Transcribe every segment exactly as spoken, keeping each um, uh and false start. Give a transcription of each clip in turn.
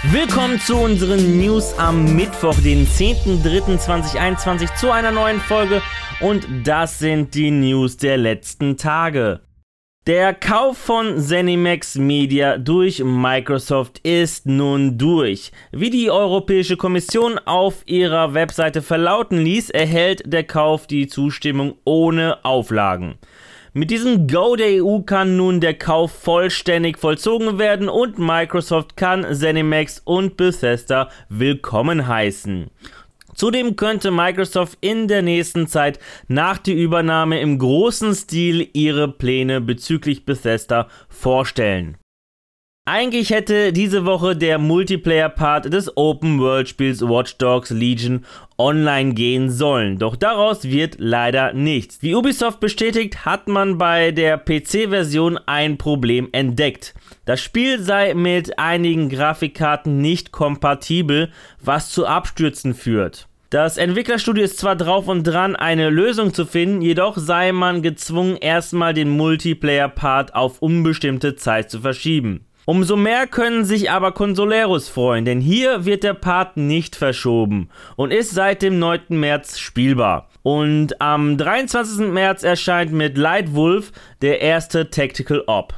Willkommen zu unseren News am Mittwoch, den zehnten dritten zweitausendeinundzwanzig, zu einer neuen Folge, und das sind die News der letzten Tage. Der Kauf von ZeniMax Media durch Microsoft ist nun durch. Wie die Europäische Kommission auf ihrer Webseite verlauten ließ, erhält der Kauf die Zustimmung ohne Auflagen. Mit diesem Go der E U kann nun der Kauf vollständig vollzogen werden und Microsoft kann ZeniMax und Bethesda willkommen heißen. Zudem könnte Microsoft in der nächsten Zeit nach der Übernahme im großen Stil ihre Pläne bezüglich Bethesda vorstellen. Eigentlich hätte diese Woche der Multiplayer-Part des Open-World-Spiels Watch Dogs Legion online gehen sollen, doch daraus wird leider nichts. Wie Ubisoft bestätigt, hat man bei der P C-Version ein Problem entdeckt. Das Spiel sei mit einigen Grafikkarten nicht kompatibel, was zu Abstürzen führt. Das Entwicklerstudio ist zwar drauf und dran, eine Lösung zu finden, jedoch sei man gezwungen, erstmal den Multiplayer-Part auf unbestimmte Zeit zu verschieben. Umso mehr können sich aber Consoleros freuen, denn hier wird der Part nicht verschoben und ist seit dem neunten März spielbar. Und am dreiundzwanzigsten März erscheint mit Lightwolf der erste Tactical Op.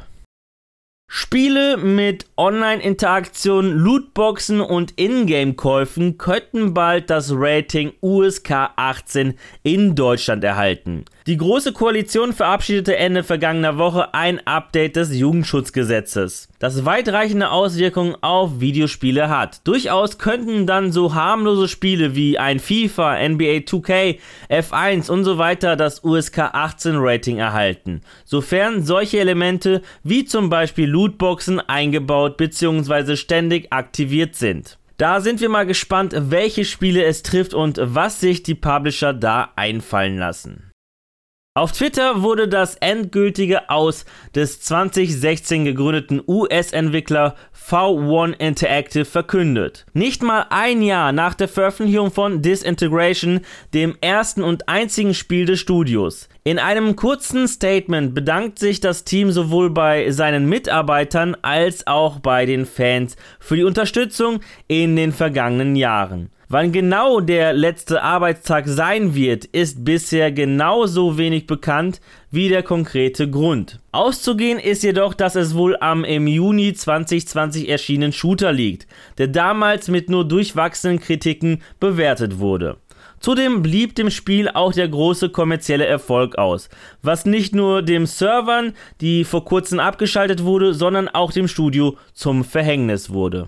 Spiele mit Online-Interaktion, Lootboxen und Ingame-Käufen könnten bald das Rating U S K achtzehn in Deutschland erhalten. Die Große Koalition verabschiedete Ende vergangener Woche ein Update des Jugendschutzgesetzes, das weitreichende Auswirkungen auf Videospiele hat. Durchaus könnten dann so harmlose Spiele wie ein FIFA, N B A zwei K, F eins und so weiter das U S K achtzehn Rating erhalten, sofern solche Elemente wie zum Beispiel Lootboxen eingebaut bzw. ständig aktiviert sind. Da sind wir mal gespannt, welche Spiele es trifft und was sich die Publisher da einfallen lassen. Auf Twitter wurde das endgültige Aus des zwanzig sechzehn gegründeten U S-Entwickler V eins Interactive verkündet. Nicht mal ein Jahr nach der Veröffentlichung von Disintegration, dem ersten und einzigen Spiel des Studios. In einem kurzen Statement bedankt sich das Team sowohl bei seinen Mitarbeitern als auch bei den Fans für die Unterstützung in den vergangenen Jahren. Wann genau der letzte Arbeitstag sein wird, ist bisher genauso wenig bekannt wie der konkrete Grund. Auszugehen ist jedoch, dass es wohl am im Juni zwanzig zwanzig erschienenen Shooter liegt, der damals mit nur durchwachsenen Kritiken bewertet wurde. Zudem blieb dem Spiel auch der große kommerzielle Erfolg aus, was nicht nur den Servern, die vor kurzem abgeschaltet wurde, sondern auch dem Studio zum Verhängnis wurde.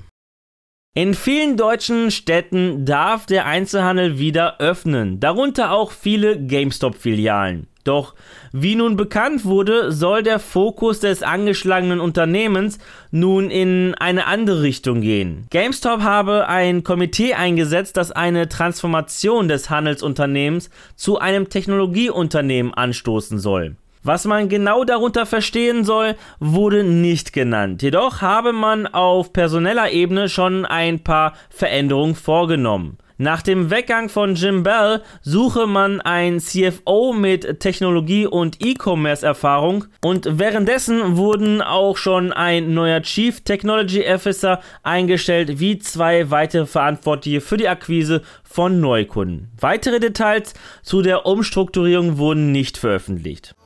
In vielen deutschen Städten darf der Einzelhandel wieder öffnen, darunter auch viele GameStop-Filialen. Doch wie nun bekannt wurde, soll der Fokus des angeschlagenen Unternehmens nun in eine andere Richtung gehen. GameStop habe ein Komitee eingesetzt, das eine Transformation des Handelsunternehmens zu einem Technologieunternehmen anstoßen soll. Was man genau darunter verstehen soll, wurde nicht genannt. Jedoch habe man auf personeller Ebene schon ein paar Veränderungen vorgenommen. Nach dem Weggang von Jim Bell suche man einen C F O mit Technologie- und E-Commerce-Erfahrung und währenddessen wurden auch schon ein neuer Chief Technology Officer eingestellt, wie zwei weitere Verantwortliche für die Akquise von Neukunden. Weitere Details zu der Umstrukturierung wurden nicht veröffentlicht.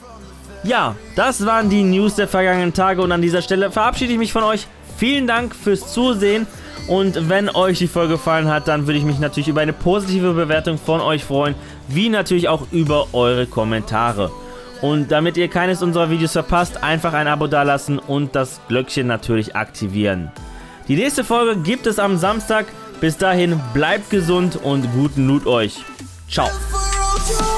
Ja, das waren die News der vergangenen Tage und an dieser Stelle verabschiede ich mich von euch. Vielen Dank fürs Zusehen und wenn euch die Folge gefallen hat, dann würde ich mich natürlich über eine positive Bewertung von euch freuen, wie natürlich auch über eure Kommentare. Und damit ihr keines unserer Videos verpasst, einfach ein Abo dalassen und das Glöckchen natürlich aktivieren. Die nächste Folge gibt es am Samstag. Bis dahin bleibt gesund und guten Loot euch. Ciao.